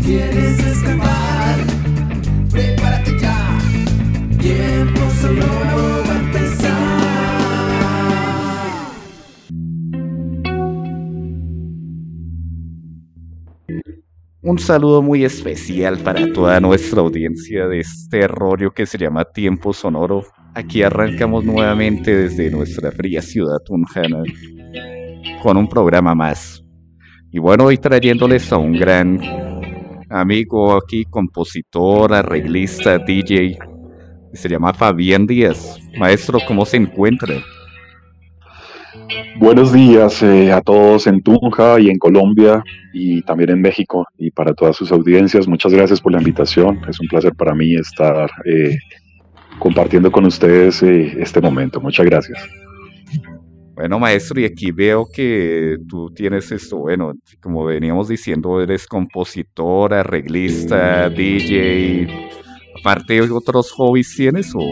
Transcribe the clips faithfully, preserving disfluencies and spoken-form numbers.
quieres escapar, prepárate ya, tiempo sonoro va a empezar. Un saludo muy especial para toda nuestra audiencia de este rollo que se llama Tiempo Sonoro. Aquí arrancamos nuevamente desde nuestra fría ciudad tunjana con un programa más. Y bueno, hoy trayéndoles a un gran amigo aquí, compositor, arreglista, D J, que se llama Fabián Díaz. Maestro, ¿cómo se encuentra? Buenos días eh, a todos en Tunja y en Colombia y también en México y para todas sus audiencias. Muchas gracias por la invitación. Es un placer para mí estar eh, compartiendo con ustedes eh, este momento. Muchas gracias. Bueno, maestro, y aquí veo que tú tienes esto, bueno, como veníamos diciendo, eres compositor, arreglista, D J. Aparte, ¿otros hobbies tienes o...?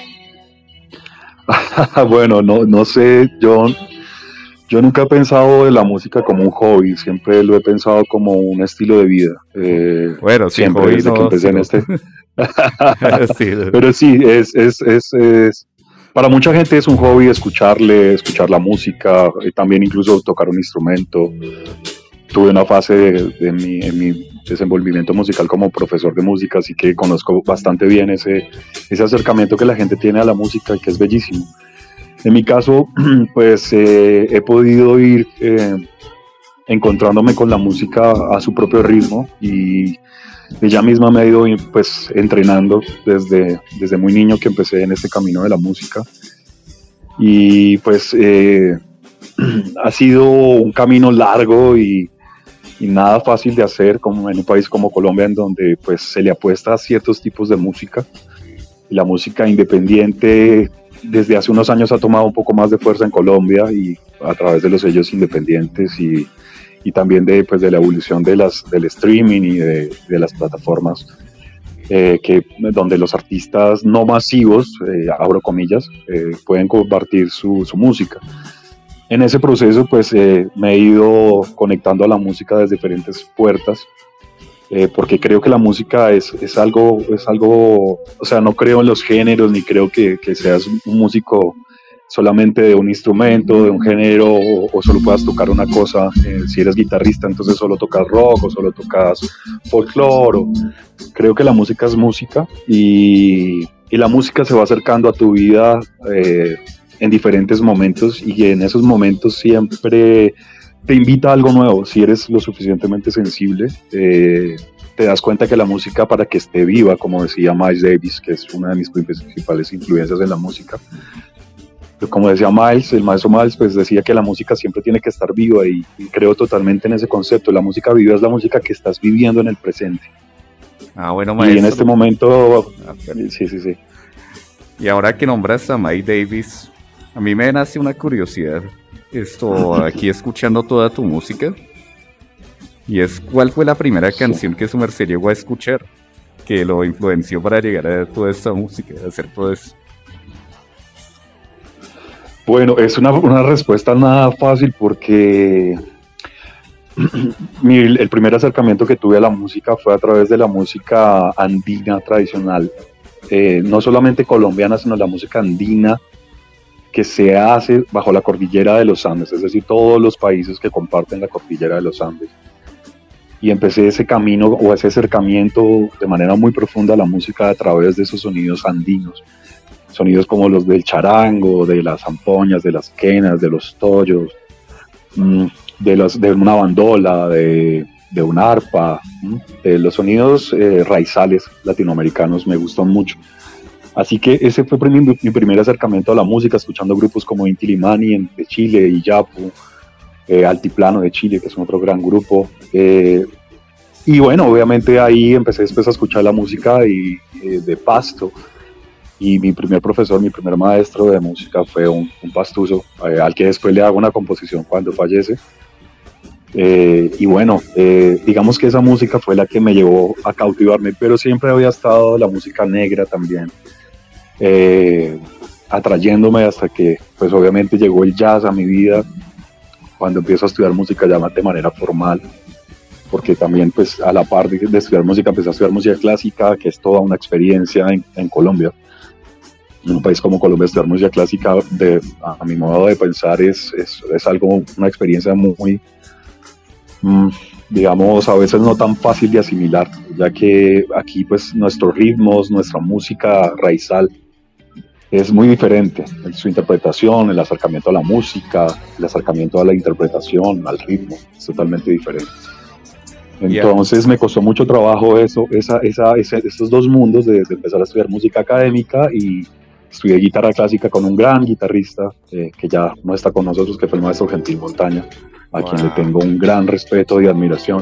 Bueno, no, no sé, yo, yo nunca he pensado de la música como un hobby, siempre lo he pensado como un estilo de vida. Eh, bueno, sí, siempre hobby desde no, que empecé sí, en no. este. Sí, Pero sí, es, es, es, es, para mucha gente es un hobby escucharle, escuchar la música, y también incluso tocar un instrumento. Tuve una fase de, de mi, en mi desenvolvimiento musical como profesor de música, así que conozco bastante bien ese, ese acercamiento que la gente tiene a la música, que es bellísimo. En mi caso, pues eh, he podido ir eh, encontrándome con la música a su propio ritmo y ella misma me ha ido pues entrenando desde, desde muy niño que empecé en este camino de la música y pues eh, ha sido un camino largo y, y nada fácil de hacer como en un país como Colombia en donde pues se le apuesta a ciertos tipos de música y la música independiente desde hace unos años ha tomado un poco más de fuerza en Colombia y a través de los sellos independientes y y también de, pues, de la evolución de las, del streaming y de, de las plataformas, eh, que, donde los artistas no masivos, eh, abro comillas, eh, pueden compartir su, su música. En ese proceso pues eh, me he ido conectando a la música desde diferentes puertas, eh, porque creo que la música es, es, algo, es algo, o sea, no creo en los géneros, ni creo que, que seas un músico solamente de un instrumento, de un género, o, o solo puedas tocar una cosa. Eh, si eres guitarrista, entonces solo tocas rock o solo tocas folclore. Creo que la música es música y, y la música se va acercando a tu vida eh, en diferentes momentos y en esos momentos siempre te invita a algo nuevo. Si eres lo suficientemente sensible, eh, te das cuenta que la música, para que esté viva, como decía Miles Davis, que es una de mis principales influencias en la música, como decía Miles, el maestro Miles, pues decía que la música siempre tiene que estar viva y, y creo totalmente en ese concepto. La música viva es la música que estás viviendo en el presente. Ah, bueno, maestro. Y en este momento, ah, sí, sí, sí. Y ahora que nombras a Miles Davis, a mí me nace una curiosidad. Esto, aquí escuchando toda tu música, y es, ¿cuál fue la primera sí. canción que su merced llegó a escuchar que lo influenció para llegar a toda esta música, a hacer todo eso? Bueno, es una, una respuesta nada fácil porque mi, el primer acercamiento que tuve a la música fue a través de la música andina tradicional, eh, no solamente colombiana, sino la música andina que se hace bajo la cordillera de los Andes, es decir, todos los países que comparten la cordillera de los Andes. Y empecé ese camino o ese acercamiento de manera muy profunda a la música a través de esos sonidos andinos. Sonidos como los del charango, de las zampoñas, de las quenas, de los tollos, de, los, de una bandola, de, de un arpa, de los sonidos eh, raizales latinoamericanos me gustan mucho. Así que ese fue mi, mi primer acercamiento a la música, escuchando grupos como Inti Illimani de Chile, Iyapu, eh, Altiplano de Chile, que es otro gran grupo. Eh, y bueno, obviamente ahí empecé después a escuchar la música y, eh, de Pasto. Y mi primer profesor, mi primer maestro de música fue un, un pastuso, eh, al que después le hago una composición cuando fallece. Eh, y bueno, eh, digamos que esa música fue la que me llevó a cautivarme, pero siempre había estado la música negra también, eh, atrayéndome hasta que pues obviamente llegó el jazz a mi vida, cuando empiezo a estudiar música ya de manera formal. porque también pues a la par de, de estudiar música empecé a estudiar música clásica, que es toda una experiencia en, en Colombia. En un país como Colombia estudiar música clásica, de, a, a mi modo de pensar, es, es, es algo, una experiencia muy, mm, digamos, a veces no tan fácil de asimilar, ya que aquí pues nuestros ritmos, nuestra música raizal es muy diferente en su interpretación, el acercamiento a la música, el acercamiento a la interpretación, al ritmo, es totalmente diferente. Entonces yeah. me costó mucho trabajo eso, esa, esa, ese, esos dos mundos de, de empezar a estudiar música académica y estudié guitarra clásica con un gran guitarrista eh, que ya no está con nosotros, que fue el maestro Gentil Montaña, a wow. quien le tengo un gran respeto y admiración.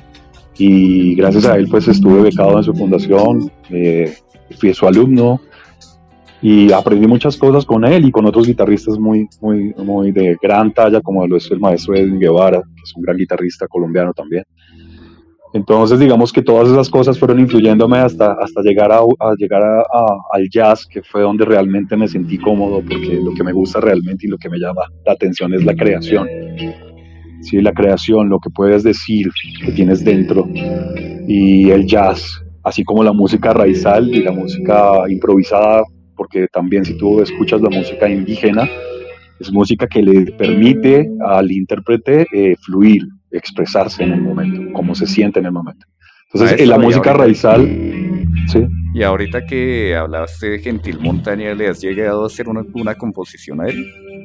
Y gracias a él pues estuve becado en su fundación, eh, fui su alumno y aprendí muchas cosas con él y con otros guitarristas muy, muy, muy de gran talla, como lo es el maestro Edwin Guevara, que es un gran guitarrista colombiano también. Entonces digamos que todas esas cosas fueron influyéndome hasta, hasta llegar, a, a llegar a, a, al jazz, que fue donde realmente me sentí cómodo, porque lo que me gusta realmente y lo que me llama la atención es la creación. Sí, la creación, lo que puedes decir, que tienes dentro, y el jazz, así como la música raizal y la música improvisada, porque también si tú escuchas la música indígena, es música que le permite al intérprete eh, fluir, expresarse en el momento, como se siente en el momento. Entonces, Maestro, en la música ahorita, raizal... ¿sí? Y ahorita que hablaste de Gentil Montaña, ¿le has llegado a hacer una, una composición a él?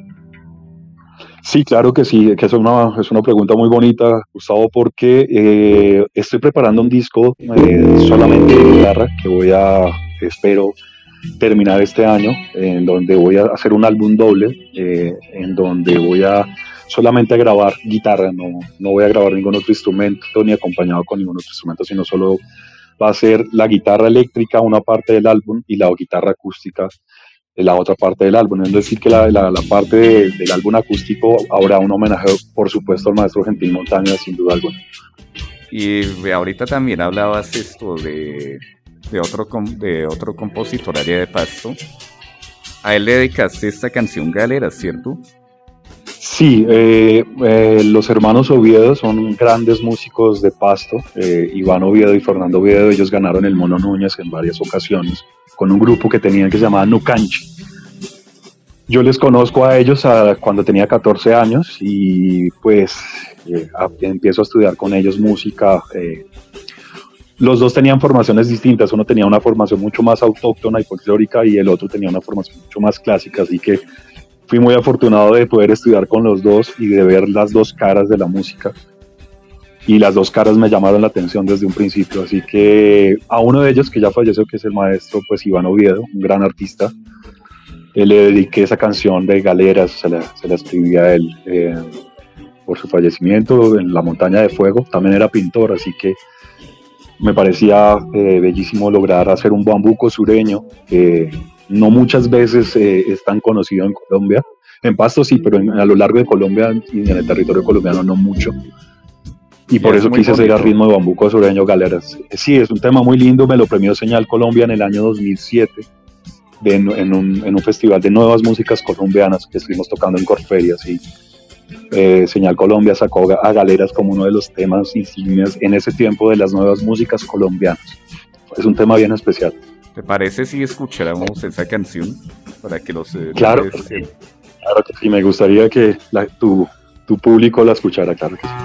Sí, claro que sí, que es una, es una pregunta muy bonita, Gustavo, porque eh, estoy preparando un disco eh, solamente de guitarra, que voy a, espero, terminar este año, en donde voy a hacer un álbum doble, eh, en donde voy a solamente a grabar guitarra, no, no voy a grabar ningún otro instrumento, ni acompañado con ningún otro instrumento, sino solo va a ser la guitarra eléctrica, una parte del álbum, y la guitarra acústica, la otra parte del álbum. Es decir, que la, la, la parte de, del álbum acústico habrá un homenaje, por supuesto, al maestro Gentil Montaña, sin duda alguna. Y ahorita también hablabas esto de... De otro, de otro compositor allá de Pasto. A él le dedicaste esta canción Galera, ¿cierto? Sí, eh, eh, los hermanos Oviedo son grandes músicos de Pasto. eh, Iván Oviedo y Fernando Oviedo, ellos ganaron el Mono Núñez en varias ocasiones con un grupo que tenían que se llamaba Nucanchi. Yo les conozco a ellos a, cuando tenía catorce años y pues eh, a, empiezo a estudiar con ellos música. eh, Los dos tenían formaciones distintas, uno tenía una formación mucho más autóctona y folclórica y el otro tenía una formación mucho más clásica, así que fui muy afortunado de poder estudiar con los dos y de ver las dos caras de la música, y las dos caras me llamaron la atención desde un principio, así que a uno de ellos, que ya falleció, que es el maestro pues Iván Oviedo, un gran artista, eh, le dediqué esa canción de Galeras, se la, se la escribí a él eh, por su fallecimiento en la Montaña de Fuego, también era pintor, así que me parecía eh, bellísimo lograr hacer un bambuco sureño, que no muchas veces eh, es tan conocido en Colombia. En Pasto sí, pero en, a lo largo de Colombia y en el territorio colombiano no mucho. Y, y por eso quise bonito. hacer el ritmo de bambuco sureño Galeras. Sí, es un tema muy lindo, me lo premió Señal Colombia en el año dos mil siete, de, en, un, en un festival de nuevas músicas colombianas que estuvimos tocando en Corferias, y Eh, Señal Colombia sacó a Galeras como uno de los temas insignias en ese tiempo de las nuevas músicas colombianas. Es un tema bien especial. ¿Te parece si escucháramos esa canción para que los eh, claro, los, eh, claro que sí, me gustaría que la, tu, tu público la escuchara, claro que sí.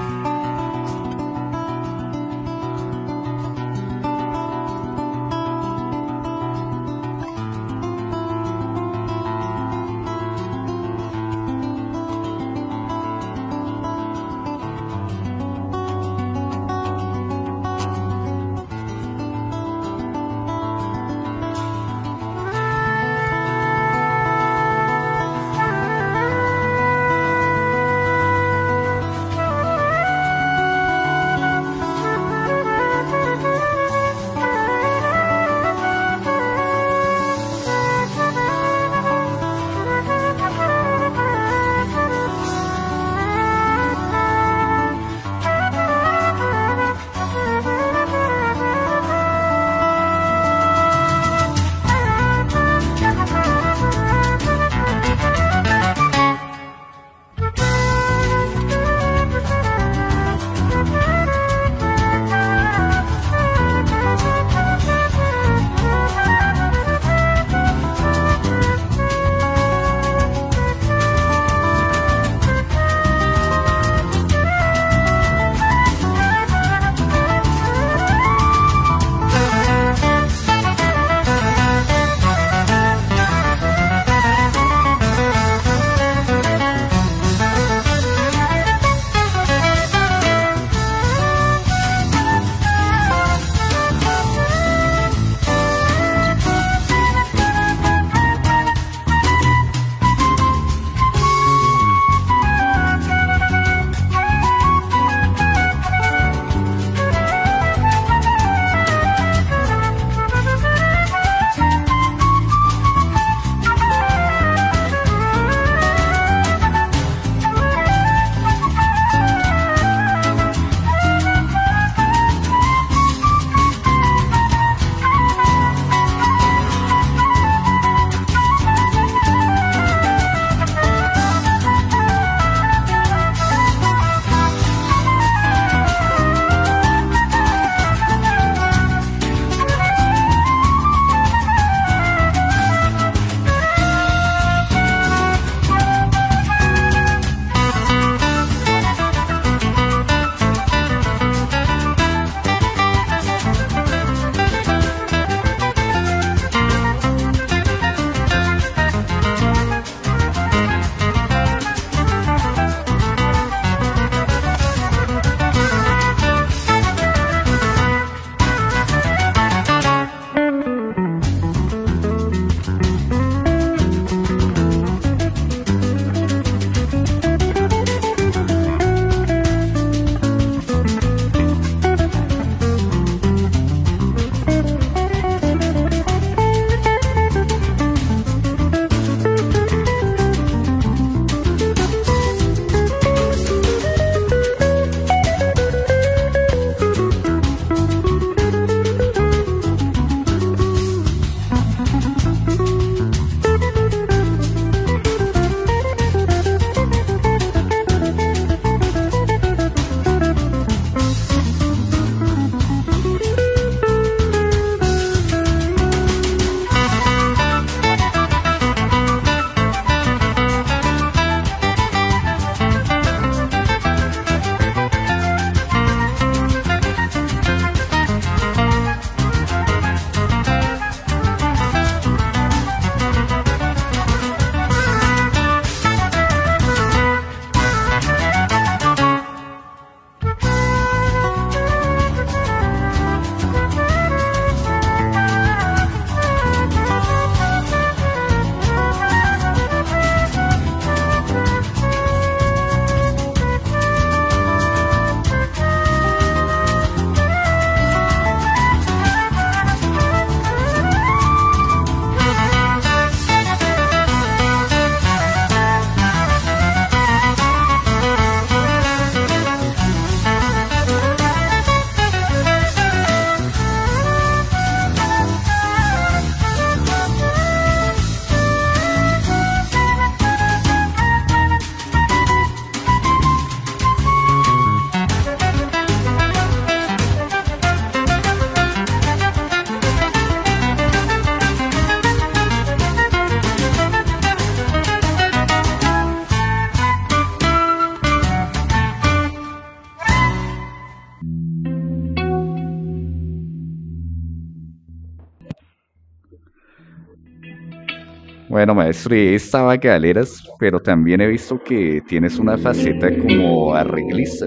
Bueno, maestro, y estaba Galeras, pero también he visto que tienes una faceta como arreglista.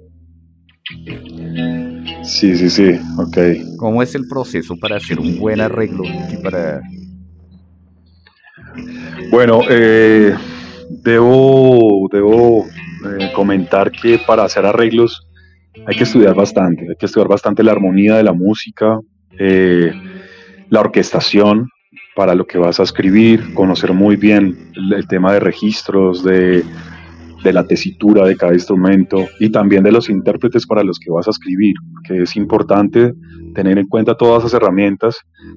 Sí, sí, sí, ok. ¿Cómo es el proceso para hacer un buen arreglo y para... Bueno, eh, debo, debo eh, comentar que para hacer arreglos hay que estudiar bastante, hay que estudiar bastante la armonía de la música, eh, la orquestación para lo que vas a escribir, conocer muy bien el, el tema de registros, de, de la tesitura de cada instrumento y también de los intérpretes para los que vas a escribir, que es importante tener en cuenta todas esas herramientas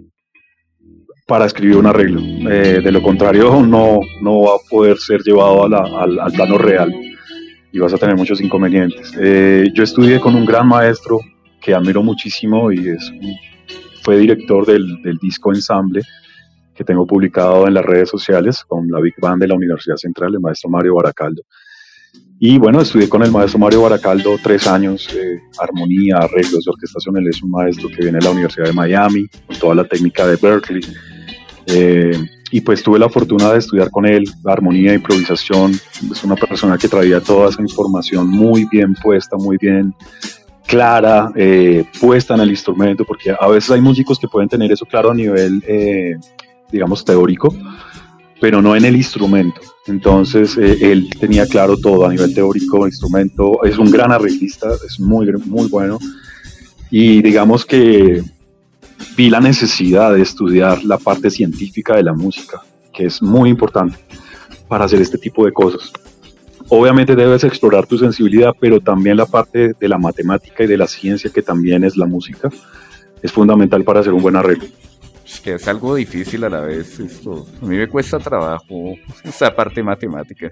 para escribir un arreglo. Eh, de lo contrario, no, no va a poder ser llevado a la, al, al plano real y vas a tener muchos inconvenientes. Eh, yo estudié con un gran maestro que admiro muchísimo y es, fue director del, del disco Ensamble que tengo publicado en las redes sociales con la Big Band de la Universidad Central, el maestro Mario Baracaldo. Y bueno, estudié con el maestro Mario Baracaldo tres años, eh, armonía, arreglos, orquestación. Él es un maestro que viene de la Universidad de Miami, con toda la técnica de Berkeley. Eh, y pues tuve la fortuna de estudiar con él, armonía, improvisación. Es una persona que traía toda esa información muy bien puesta, muy bien clara, eh, puesta en el instrumento, porque a veces hay músicos que pueden tener eso claro a nivel, eh, digamos, teórico, pero no en el instrumento. Entonces eh, él tenía claro todo a nivel teórico, instrumento, es un gran arreglista, es muy, muy bueno, y digamos que vi la necesidad de estudiar la parte científica de la música, que es muy importante para hacer este tipo de cosas. Obviamente debes explorar tu sensibilidad, pero también la parte de la matemática y de la ciencia, que también es la música, es fundamental para hacer un buen arreglo. Es que es algo difícil a la vez esto. A mí me cuesta trabajo esa parte matemática.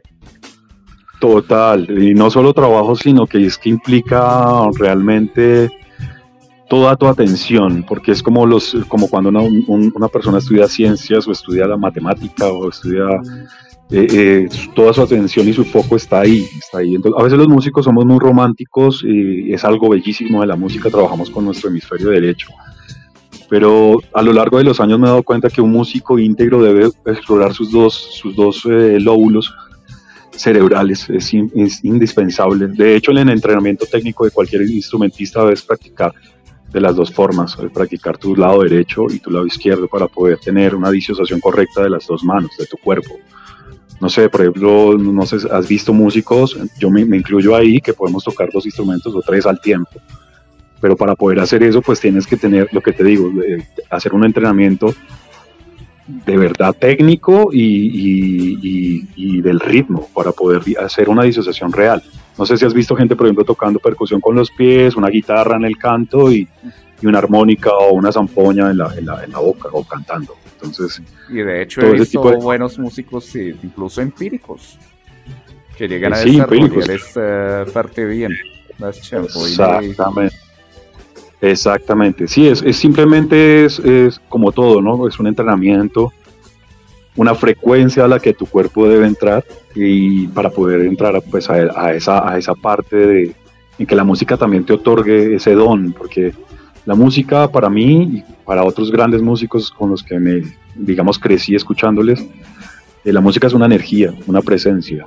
Total, y no solo trabajo, sino que es que implica realmente toda tu atención, porque es como los, como cuando una, un, una persona estudia ciencias o estudia la matemática o estudia, eh, eh, toda su atención y su foco está ahí, está ahí. Entonces, a veces los músicos somos muy románticos y es algo bellísimo de la música, trabajamos con nuestro hemisferio derecho. Pero a lo largo de los años me he dado cuenta que un músico íntegro debe explorar sus dos, sus dos eh, lóbulos cerebrales, es, in, es indispensable. De hecho, en el entrenamiento técnico de cualquier instrumentista debes practicar de las dos formas, debes practicar tu lado derecho y tu lado izquierdo para poder tener una disociación correcta de las dos manos, de tu cuerpo. No sé, por ejemplo, no sé, has visto músicos, yo me, me incluyo ahí, que podemos tocar dos instrumentos o tres al tiempo. Pero para poder hacer eso, pues tienes que tener, lo que te digo, eh, hacer un entrenamiento de verdad técnico y, y, y, y del ritmo para poder hacer una disociación real. No sé si has visto gente, por ejemplo, tocando percusión con los pies, una guitarra en el canto y, y una armónica o una zampoña en la, en, la, en la boca o cantando. Entonces, y de hecho he visto de... buenos músicos, incluso empíricos, que llegan a sí, desarrollar esta parte bien. Las Exactamente. Exactamente, sí, es, es simplemente es, es como todo, ¿no? Es un entrenamiento, una frecuencia a la que tu cuerpo debe entrar y para poder entrar pues, a, a, esa, a esa parte de, en que la música también te otorgue ese don, porque la música para mí y para otros grandes músicos con los que me, digamos, crecí escuchándoles, eh, la música es una energía, una presencia,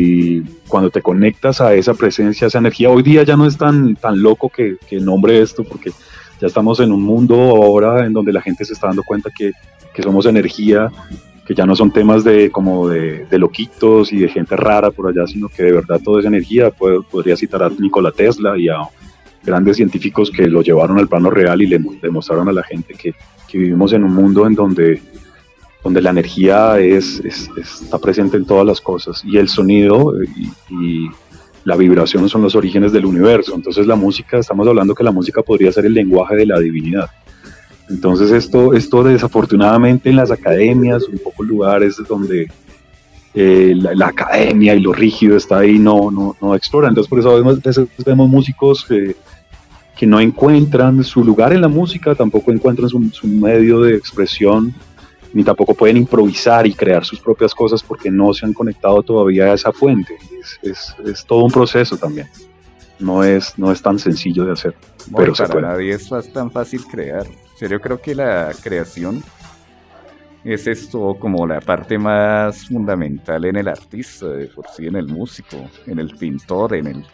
y cuando te conectas a esa presencia, a esa energía, hoy día ya no es tan, tan loco que, que nombre esto, porque ya estamos en un mundo ahora en donde la gente se está dando cuenta que, que somos energía, que ya no son temas de como de, de loquitos y de gente rara por allá, sino que de verdad todo es energía. Pod- podría citar a Nikola Tesla y a grandes científicos que lo llevaron al plano real y le demostraron a la gente que, que vivimos en un mundo en donde donde la energía es, es, está presente en todas las cosas, y el sonido y, y la vibración son los orígenes del universo. Entonces la música, estamos hablando que la música podría ser el lenguaje de la divinidad. Entonces esto, esto desafortunadamente en las academias, un poco lugares donde eh, la, la academia y lo rígido está ahí, no, no, no explora. Entonces por eso a veces vemos músicos eh, que no encuentran su lugar en la música, tampoco encuentran su, su medio de expresión, ni tampoco pueden improvisar y crear sus propias cosas porque no se han conectado todavía a esa fuente. Es, es, es todo un proceso también. No es, no es tan sencillo de hacer. Bueno, pero para se puede. nadie es tan fácil crear. O sea, yo creo que la creación es esto como la parte más fundamental en el artista, de por sí, en el músico, en el pintor, en el...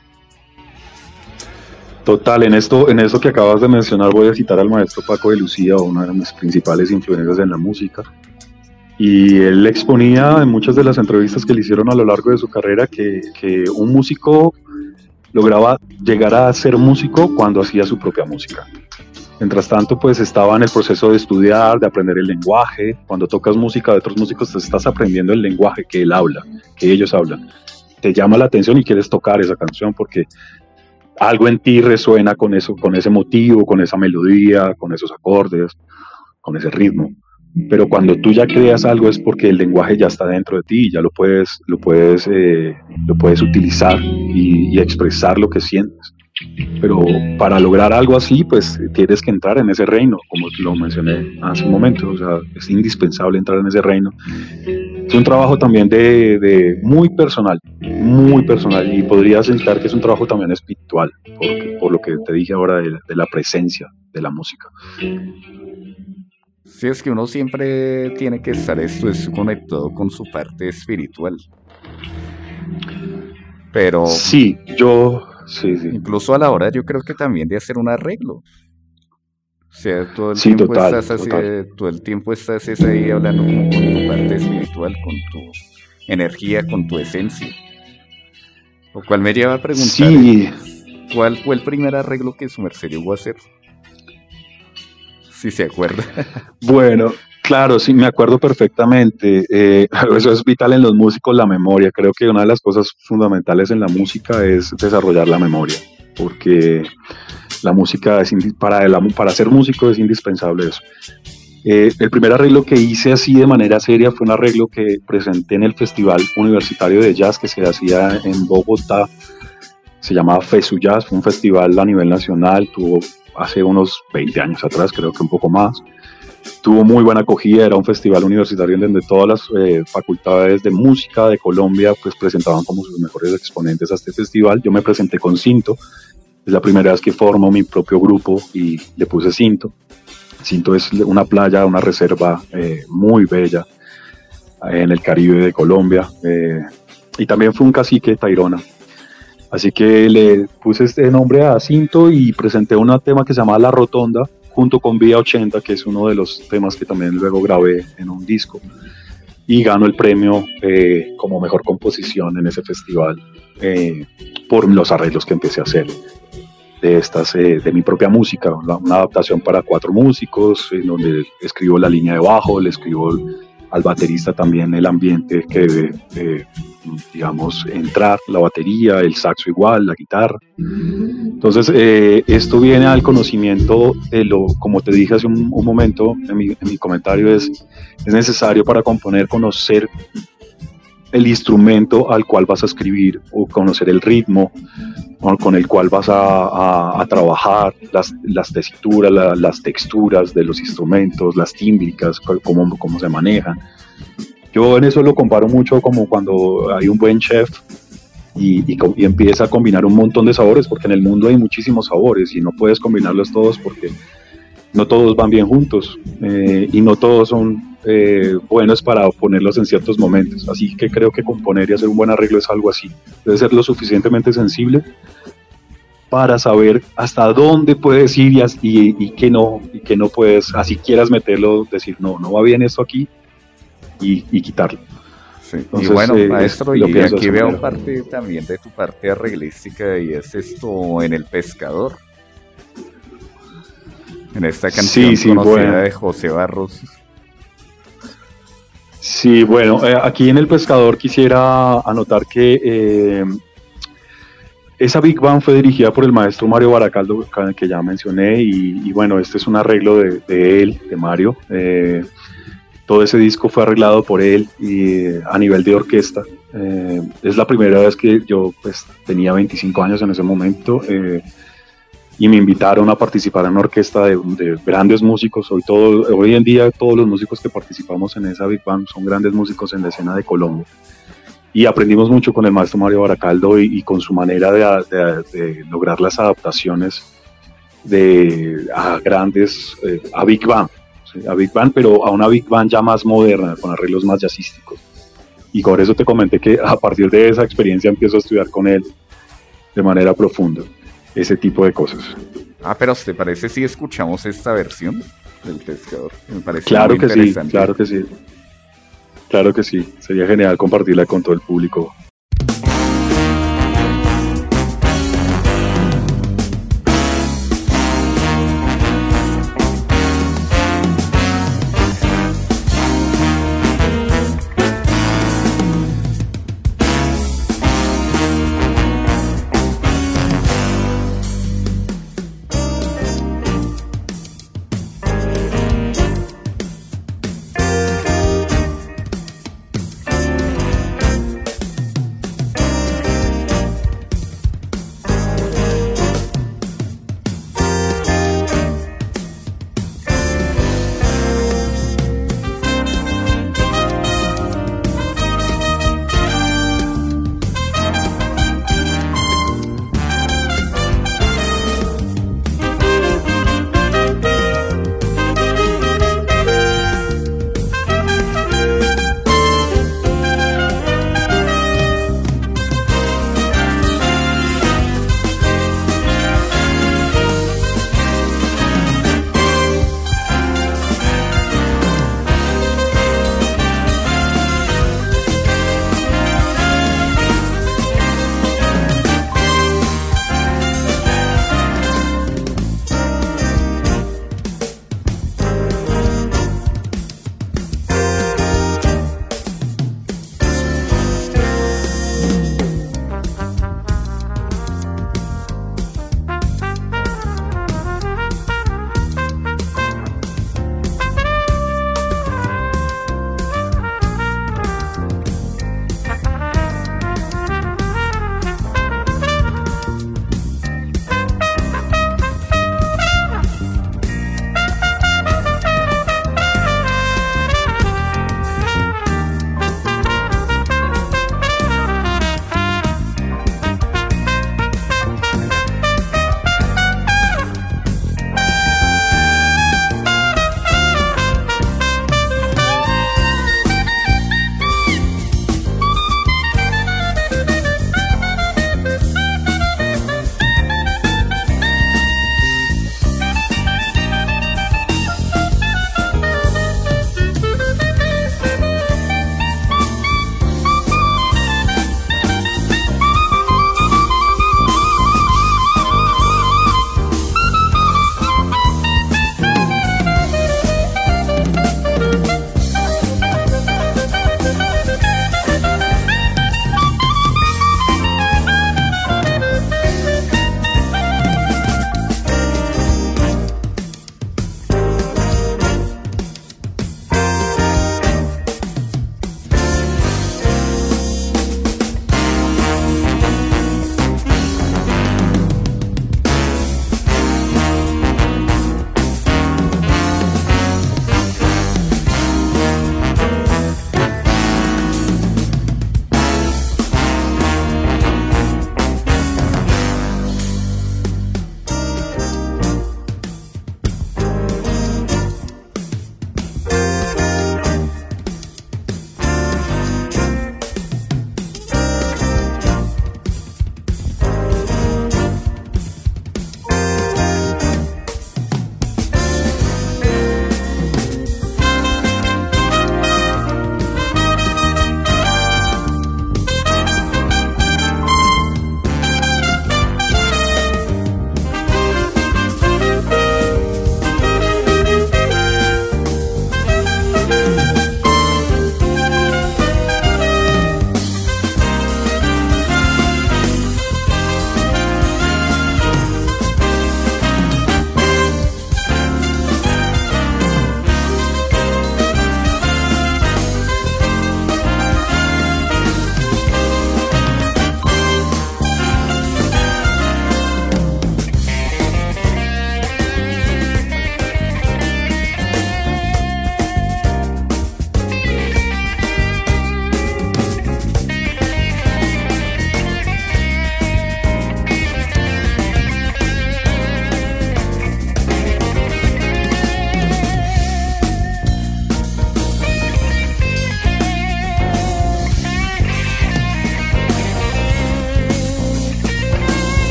Total, en esto, en eso que acabas de mencionar voy a citar al maestro Paco de Lucía, una de mis principales influencias en la música. Y él exponía en muchas de las entrevistas que le hicieron a lo largo de su carrera que, que un músico lograba llegar a ser músico cuando hacía su propia música. Mientras tanto, pues estaba en el proceso de estudiar, de aprender el lenguaje. Cuando tocas música de otros músicos, te estás aprendiendo el lenguaje que él habla, que ellos hablan. Te llama la atención y quieres tocar esa canción porque algo en ti resuena con eso, con ese motivo, con esa melodía, con esos acordes, con ese ritmo. Pero cuando tú ya creas algo es porque el lenguaje ya está dentro de ti, ya lo puedes, lo puedes, eh, lo puedes utilizar y, y expresar lo que sientes. Pero para lograr algo así, pues tienes que entrar en ese reino, como lo mencioné hace un momento. O sea, es indispensable entrar en ese reino. Es un trabajo también de, de muy personal, muy personal, y podría sentar que es un trabajo también espiritual, porque, por lo que te dije ahora de, de la presencia de la música. Sí, es que uno siempre tiene que estar esto es conectado con su parte espiritual. Pero Sí, yo, sí, sí, incluso a la hora yo creo que también de hacer un arreglo. O sea, todo el sí, tiempo total, estás así, total. todo el tiempo estás es ahí hablando como con tu parte espiritual, con tu energía, con tu esencia. Lo cual me lleva a preguntar, Sí, ¿cuál fue el primer arreglo que su merced llegó a hacer? Si se acuerda. bueno, claro, sí, me acuerdo perfectamente. Eh, eso es vital en los músicos, la memoria. Creo que una de las cosas fundamentales en la música es desarrollar la memoria, porque la música, es indi- para, el, para ser músico es indispensable eso. Eh, el primer arreglo que hice así de manera seria fue un arreglo que presenté en el Festival Universitario de Jazz que se hacía en Bogotá. Se llamaba FESU Jazz, fue un festival a nivel nacional, tuvo hace unos veinte años atrás, creo que un poco más. Tuvo muy buena acogida, era un festival universitario en donde todas las eh, facultades de música de Colombia pues presentaban como sus mejores exponentes a este festival. Yo me presenté con cinto, es la primera vez que formo mi propio grupo y le puse cinto. Cinto es una playa, una reserva eh, muy bella eh, en el Caribe de Colombia, eh, y también fue un cacique de Tayrona. Así que le puse este nombre a Cinto y presenté un tema que se llama La Rotonda, junto con Vía ochenta, que es uno de los temas que también luego grabé en un disco. Y gano el premio eh, como mejor composición en ese festival eh, por los arreglos que empecé a hacer de, estas, eh, de mi propia música, una, una adaptación para cuatro músicos, en donde escribo la línea de bajo, le escribo al baterista también el ambiente que debe, eh, digamos, entrar, la batería, el saxo igual, la guitarra. Entonces, eh, esto viene al conocimiento de lo, como te dije hace un, un momento en mi, en mi comentario, es, es necesario para componer conocer el instrumento al cual vas a escribir o conocer el ritmo con el cual vas a, a, a trabajar, las, las tesituras, la, las texturas de los instrumentos, las tímbricas, cómo, cómo se manejan. Yo en eso lo comparo mucho como cuando hay un buen chef y, y, y empieza a combinar un montón de sabores, porque en el mundo hay muchísimos sabores y no puedes combinarlos todos porque no todos van bien juntos eh, y no todos son eh, buenos para ponerlos en ciertos momentos. Así que creo que componer y hacer un buen arreglo es algo así. Debe ser lo suficientemente sensible para saber hasta dónde puedes ir y, y, y que no, y que no puedes, así quieras meterlo, decir no, no va bien esto aquí y, y quitarlo. Sí. Entonces, y bueno, eh, maestro, lo y pienso aquí así, veo pero- parte también de tu parte arreglística y es esto en El Pescador, en esta canción Sí, sí, conocida bueno. de José Barros. Sí, bueno, eh, aquí en El Pescador quisiera anotar que eh, esa Big Band fue dirigida por el maestro Mario Baracaldo, que que ya mencioné, y, y bueno, este es un arreglo de, de él, de Mario. Eh, todo ese disco fue arreglado por él y eh, a nivel de orquesta. Eh, es la primera vez que yo pues, tenía veinticinco años en ese momento eh, y me invitaron a participar en una orquesta de, de grandes músicos. Hoy, todo, hoy en día todos los músicos que participamos en esa Big Band son grandes músicos en la escena de Colombia. Y aprendimos mucho con el maestro Mario Baracaldo y, y con su manera de, de, de lograr las adaptaciones de, a grandes, eh, a Big Band, ¿sí? a Big Band, pero a una Big Band ya más moderna, con arreglos más jazzísticos. Y por eso te comenté que a partir de esa experiencia empiezo a estudiar con él de manera profunda, ese tipo de cosas. Ah, pero ¿te parece si escuchamos esta versión del Pescador? Me parece Claro muy que sí, interesante. claro que sí. Claro que sí, sería genial compartirla con todo el público.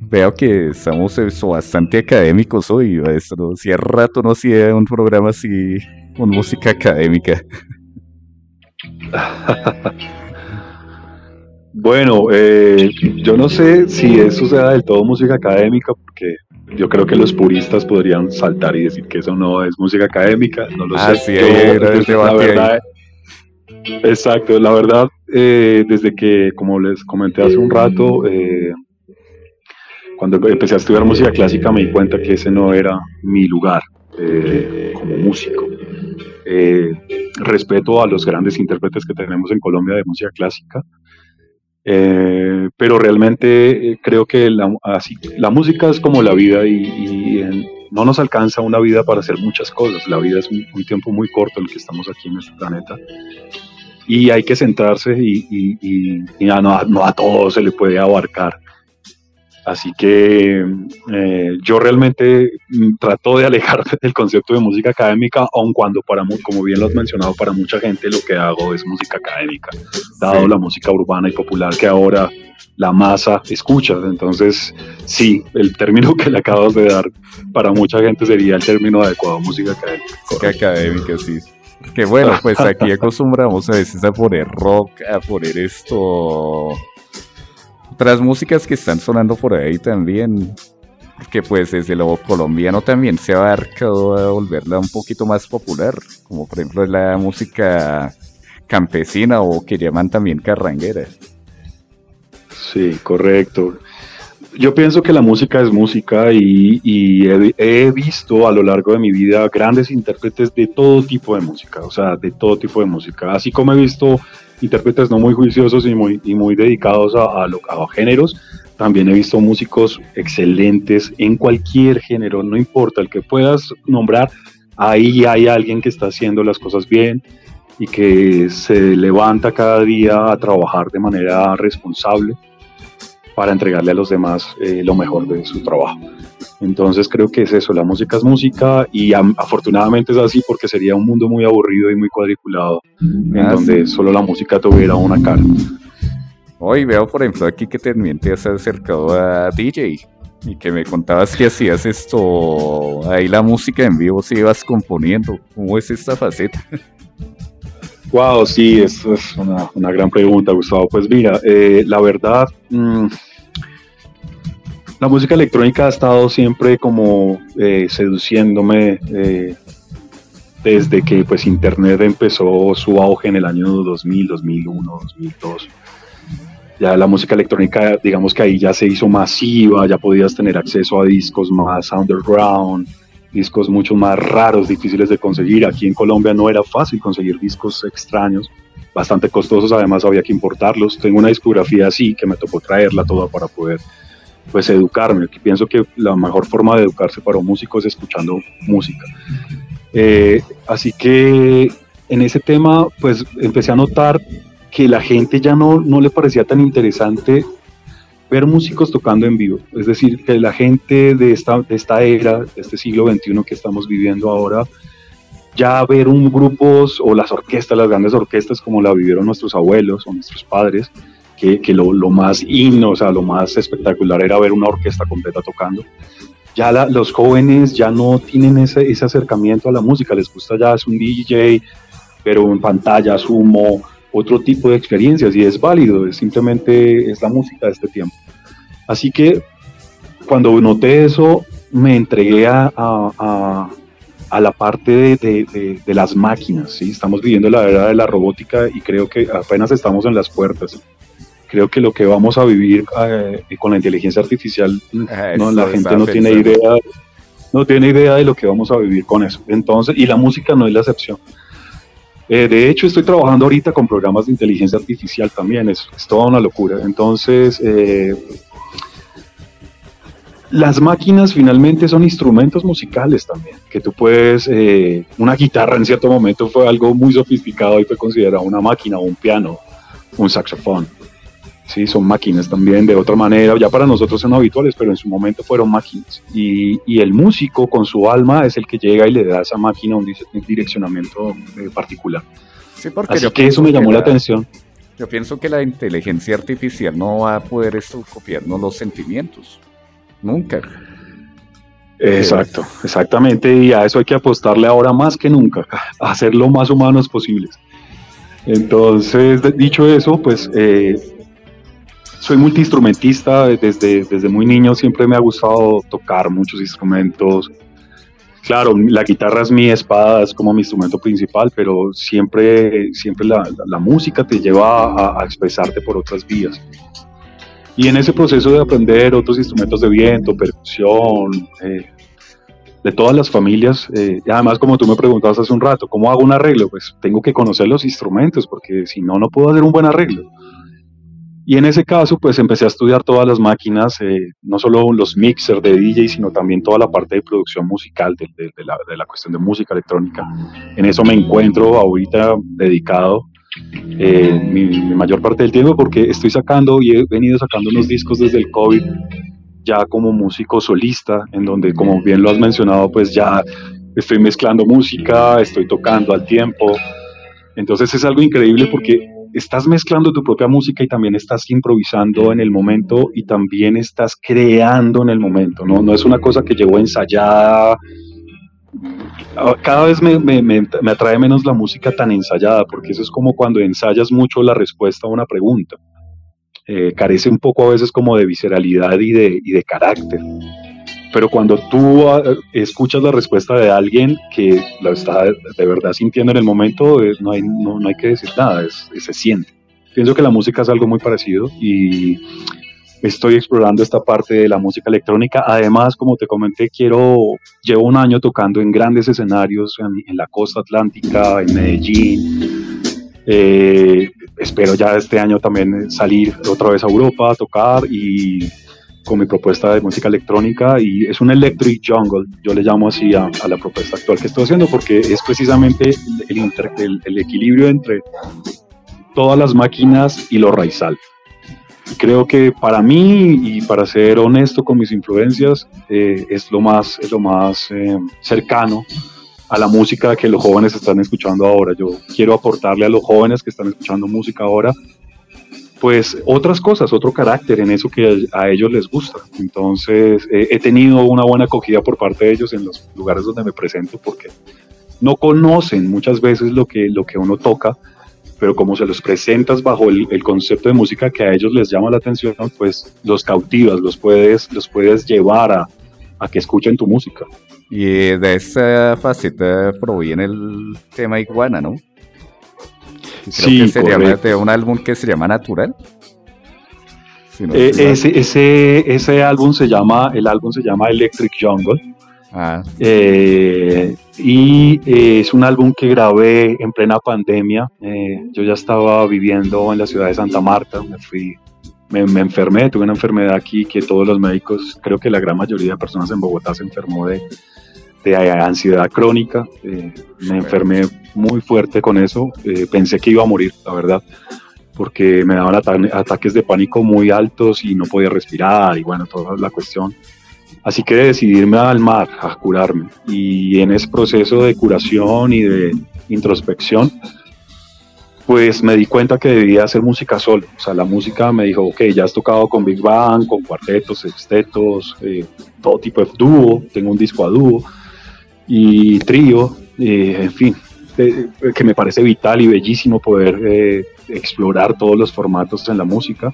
Veo que estamos eso, bastante académicos hoy, maestro. Si hace rato no hacía un programa así con música académica. Bueno, eh, yo no sé si eso sea del todo música académica, porque yo creo que los puristas podrían saltar y decir que eso no es música académica, no lo Ah, sé. sí, Yo, ahí era el desde la debate ahí. verdad, exacto, la verdad, eh, desde que, como les comenté hace un rato, eh, cuando empecé a estudiar música clásica me di cuenta que ese no era mi lugar eh, como músico. Eh, Respeto a los grandes intérpretes que tenemos en Colombia de música clásica, eh, pero realmente eh, creo que la, así, la música es como la vida y, y en- no nos alcanza una vida para hacer muchas cosas. La vida es un, un tiempo muy corto el que estamos aquí en este planeta y hay que centrarse y, y- y- y a- no, a- no a todo se le puede abarcar. Así que eh, yo realmente mm, trato de alejarme del concepto de música académica, aun cuando, para, mu- como bien lo has mencionado, para mucha gente lo que hago es música académica, dado Sí. la música urbana y popular que ahora la masa escucha. Entonces, sí, el término que le acabas de dar para mucha gente sería el término adecuado, música académica. Música académica, sí. Que bueno, pues aquí acostumbramos a veces a poner rock, a poner esto, otras músicas que están sonando por ahí también, porque pues desde lo colombiano también se ha abarcado a volverla un poquito más popular, como por ejemplo la música campesina o que llaman también carranguera. Sí, correcto. Yo pienso que la música es música y, y he, he visto a lo largo de mi vida grandes intérpretes de todo tipo de música, o sea, de todo tipo de música. Así como he visto intérpretes no muy juiciosos y muy, y muy dedicados a, a, lo- a géneros, también he visto músicos excelentes en cualquier género, no importa el que puedas nombrar, ahí hay alguien que está haciendo las cosas bien y que se levanta cada día a trabajar de manera responsable para entregarle a los demás eh, lo mejor de su trabajo. Entonces creo que es eso, la música es música y am- afortunadamente es así porque sería un mundo muy aburrido y muy cuadriculado en Ah, donde sí. solo la música tuviera una cara. Hoy veo por ejemplo aquí que también te has acercado a D J y que me contabas que hacías esto, ahí la música en vivo si ibas componiendo. ¿Cómo es esta faceta? Wow, sí, eso es una, una gran pregunta, Gustavo. Pues mira, eh, la verdad, mm, la música electrónica ha estado siempre como eh, seduciéndome eh, desde que pues Internet empezó su auge en el año dos mil, dos mil uno, dos mil dos. Ya la música electrónica, digamos que ahí ya se hizo masiva, ya podías tener acceso a discos más underground, discos mucho más raros, difíciles de conseguir. Aquí en Colombia no era fácil conseguir discos extraños, bastante costosos, además había que importarlos. Tengo una discografía así que me tocó traerla toda para poder pues educarme. Pienso que la mejor forma de educarse para un músico es escuchando música. Eh, así que en ese tema pues empecé a notar que la gente ya no, no le parecía tan interesante ver músicos tocando en vivo. Es decir, que la gente de esta, de esta era, de este siglo veintiuno que estamos viviendo ahora, ya ver un grupo o las orquestas, las grandes orquestas como la vivieron nuestros abuelos o nuestros padres, que, que lo, lo más in, o sea, lo más espectacular era ver una orquesta completa tocando. Ya la, los jóvenes ya no tienen ese, ese acercamiento a la música, les gusta ya es un D J, pero en pantalla, sumo, otro tipo de experiencias y es válido, es simplemente es la música de este tiempo. Así que cuando noté eso, me entregué a, a, a, a la parte de, de, de, de las máquinas, ¿sí? Estamos viviendo la era de la robótica y creo que apenas estamos en las puertas. Creo que lo que vamos a vivir eh, con la inteligencia artificial, Ah, no, eso la gente estaba no tiene pensando. idea, no tiene idea de lo que vamos a vivir con eso. Entonces, y la música no es la excepción. Eh, de hecho, estoy trabajando ahorita con programas de inteligencia artificial también, es, es toda una locura. Entonces, eh, las máquinas finalmente son instrumentos musicales también, que tú puedes, eh, una guitarra en cierto momento fue algo muy sofisticado y fue considerado una máquina o un piano, un saxofón. Sí, son máquinas también de otra manera, ya para nosotros son habituales, pero en su momento fueron máquinas. Y, y el músico con su alma es el que llega y le da a esa máquina un, un direccionamiento eh, particular. Sí, porque Así yo que eso pienso me que llamó la la, atención. yo pienso que la inteligencia artificial no va a poder esto copiarnos los sentimientos. Nunca. Exacto, exactamente, y a eso hay que apostarle ahora más que nunca, a ser lo más humanos posibles. Entonces, dicho eso, pues eh, soy multiinstrumentista, desde, desde muy niño siempre me ha gustado tocar muchos instrumentos. Claro, la guitarra es mi espada, es como mi instrumento principal, pero siempre, siempre la, la, la música te lleva a, a expresarte por otras vías. Y en ese proceso de aprender otros instrumentos de viento, percusión, eh, de todas las familias, eh, y además como tú me preguntabas hace un rato, ¿cómo hago un arreglo? Pues tengo que conocer los instrumentos, porque si no, no puedo hacer un buen arreglo. Y en ese caso, pues empecé a estudiar todas las máquinas, eh, no solo los mixers de D J, sino también toda la parte de producción musical, de, de, de, la, de la cuestión de música electrónica. En eso me encuentro ahorita dedicado. Eh, mi, mi mayor parte del tiempo, porque estoy sacando y he venido sacando unos discos desde el COVID ya como músico solista, en donde, como bien lo has mencionado, pues ya estoy mezclando música, estoy tocando al tiempo. Entonces es algo increíble porque estás mezclando tu propia música y también estás improvisando en el momento y también estás creando en el momento, ¿no? No es una cosa que llevo ensayada. Cada vez me, me, me, me atrae menos la música tan ensayada, porque eso es como cuando ensayas mucho la respuesta a una pregunta. Eh, carece un poco a veces como de visceralidad y de, y de carácter. Pero cuando tú uh, escuchas la respuesta de alguien que la está de verdad sintiendo en el momento, eh, no, hay, no, no hay que decir nada, es, es, se siente. Pienso que la música es algo muy parecido y estoy explorando esta parte de la música electrónica. Además, como te comenté, quiero, llevo un año tocando en grandes escenarios en, en la costa atlántica, en Medellín. Eh, espero ya este año también salir otra vez a Europa a tocar y con mi propuesta de música electrónica, y es un electric jungle, yo le llamo así a, a la propuesta actual que estoy haciendo, porque es precisamente el, inter, el, el equilibrio entre todas las máquinas y lo raizal. Creo que para mí, y para ser honesto con mis influencias, eh, es lo más, es lo más eh, cercano a la música que los jóvenes están escuchando ahora. Yo quiero aportarle a los jóvenes que están escuchando música ahora, pues otras cosas, otro carácter en eso que a ellos les gusta. Entonces eh, he tenido una buena acogida por parte de ellos en los lugares donde me presento, porque no conocen muchas veces lo que, lo que uno toca, pero como se los presentas bajo el, el concepto de música que a ellos les llama la atención, pues los cautivas, los puedes, los puedes llevar a, a que escuchen tu música. Y de esa faceta proviene el tema Iguana, ¿no? Creo sí, que se llama, de un álbum que se llama Natural. Si no eh, ese, ese, ese álbum se llama, el álbum se llama Electric Jungle. Ah. Eh, y eh, es un álbum que grabé en plena pandemia. Eh, yo ya estaba viviendo en la ciudad de Santa Marta, me fui, me, me enfermé, tuve una enfermedad aquí que todos los médicos, creo que la gran mayoría de personas en Bogotá se enfermó de, de ansiedad crónica. Eh, me enfermé muy fuerte con eso, eh, pensé que iba a morir, la verdad, porque me daban ata- ataques de pánico muy altos y no podía respirar y bueno, toda la cuestión. Así que decidí irme al mar a curarme, y en ese proceso de curación y de introspección, pues me di cuenta que debía hacer música solo. O sea, la música me dijo, ok, ya has tocado con Big Bang, con cuartetos, sextetos, eh, todo tipo de dúo, tengo un disco a dúo y trío, eh, en fin, eh, que me parece vital y bellísimo poder eh, explorar todos los formatos en la música.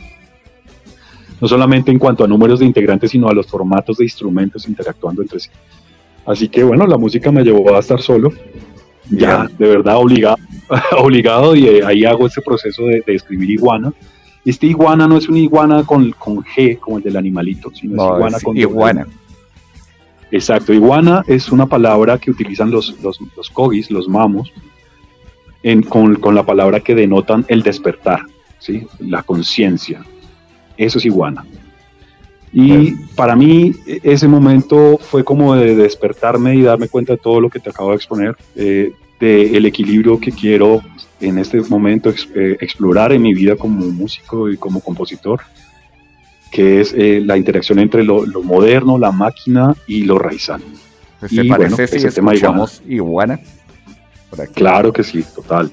No solamente en cuanto a números de integrantes, sino a los formatos de instrumentos interactuando entre sí. Así que bueno, la música me llevó a estar solo, ya de verdad obligado, obligado y ahí hago ese proceso de, de escribir Iguana. Este Iguana no es un iguana con, con G, como el del animalito, sino no, es iguana es con iguana. Exacto, iguana es una palabra que utilizan los, los, los cogis, los mamos, en, con, con la palabra que denotan el despertar, ¿sí? La conciencia. Eso es iguana. Y sí, para mí ese momento fue como de despertarme y darme cuenta de todo lo que te acabo de exponer, eh, del equilibrio que quiero en este momento ex, eh, explorar en mi vida como músico y como compositor, que es eh, la interacción entre lo, lo moderno, la máquina y lo raizal. ¿Te y, parece bueno, si escuchamos Iguana? Iguana? Claro que sí, total.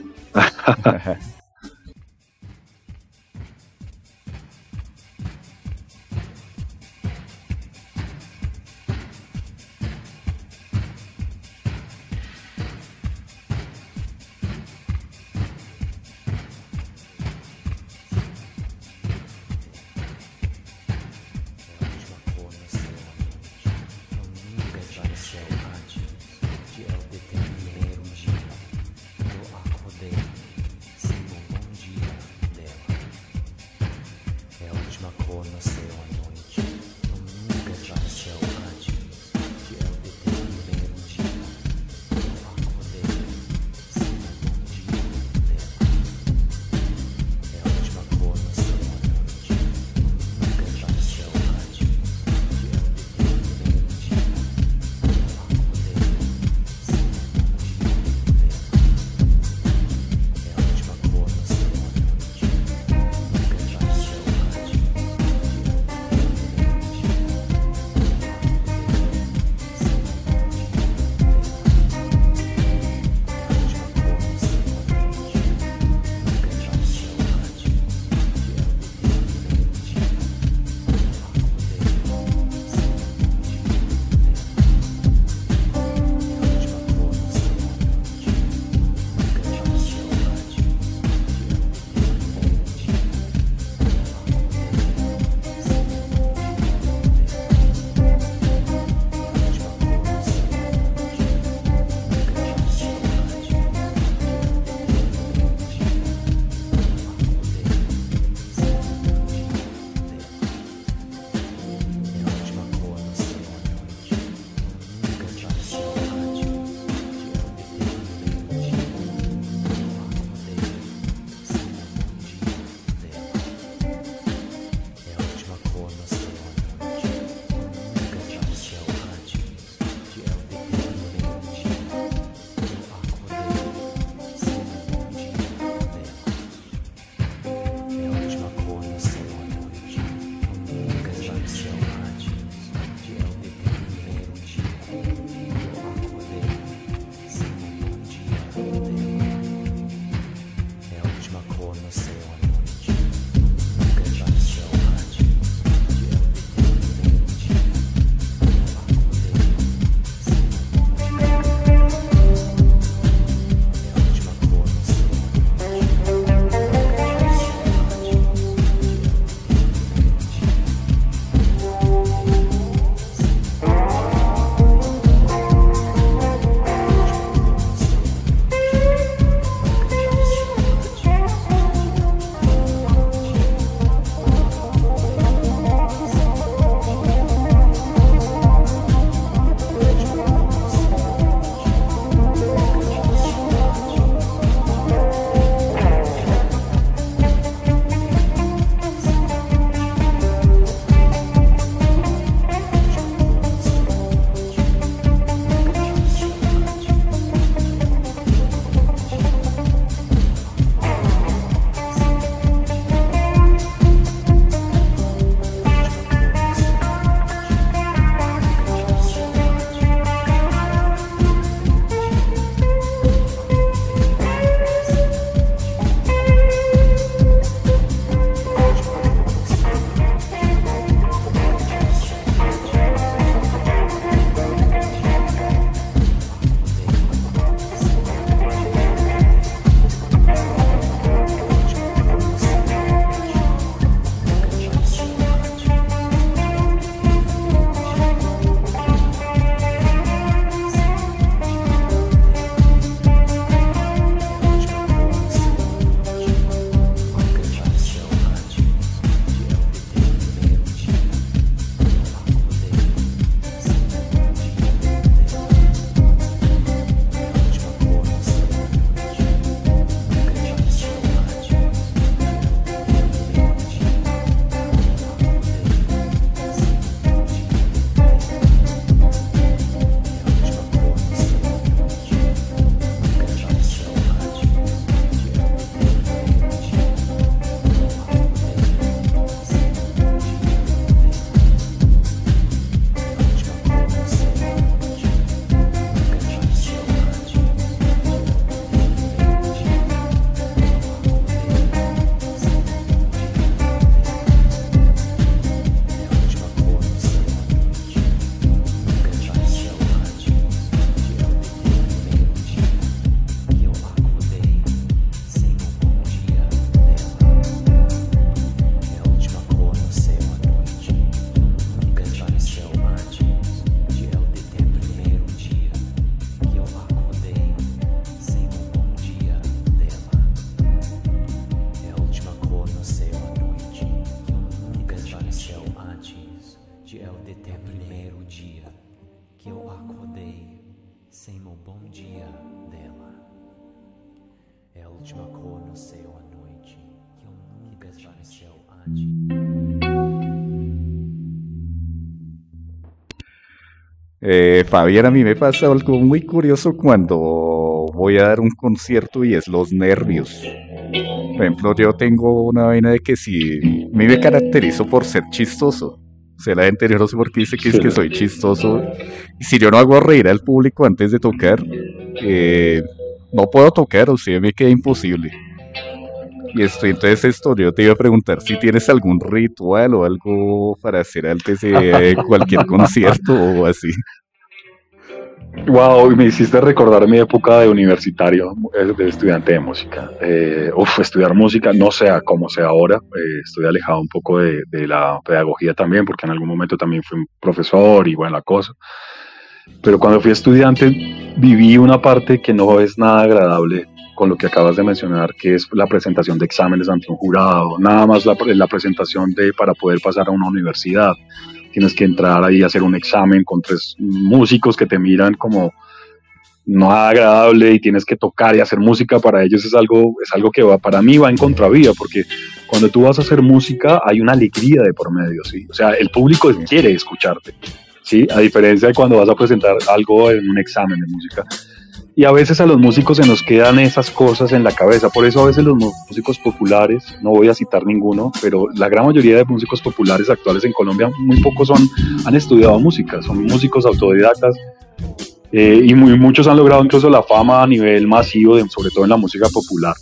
Eh, Fabián, a mí me pasa algo muy curioso cuando voy a dar un concierto y es los nervios. Por ejemplo, yo tengo una vaina de que si a mí me caracterizo por ser chistoso. O sea, la gente yo no sé por qué dice que es que soy chistoso. Y si yo no hago reír al público antes de tocar, eh, no puedo tocar, o sea, me queda imposible. Y esto, entonces esto, yo te iba a preguntar si tienes algún ritual o algo para hacer antes de cualquier concierto o así. Wow, me hiciste recordar mi época de universitario, eh, de estudiante de música. Eh, uf, estudiar música, no sea como sea ahora, eh, estoy alejado un poco de, de la pedagogía también, porque en algún momento también fui un profesor y buena cosa. Pero cuando fui estudiante viví una parte que no es nada agradable con lo que acabas de mencionar, que es la presentación de exámenes ante un jurado, nada más la, la presentación de para poder pasar a una universidad. Tienes que entrar ahí a hacer un examen con tres músicos que te miran como no agradable y tienes que tocar y hacer música para ellos es algo, es algo que va, para mí va en contravía, porque cuando tú vas a hacer música hay una alegría de por medio, ¿sí? O sea, el público quiere escucharte, ¿sí? A diferencia de cuando vas a presentar algo en un examen de música. Y a veces a los músicos se nos quedan esas cosas en la cabeza, por eso a veces los músicos populares, no voy a citar ninguno, pero la gran mayoría de músicos populares actuales en Colombia, muy pocos son, han estudiado música, son músicos autodidactas, eh, y muy, muchos han logrado incluso la fama a nivel masivo, de, sobre todo en la música popular.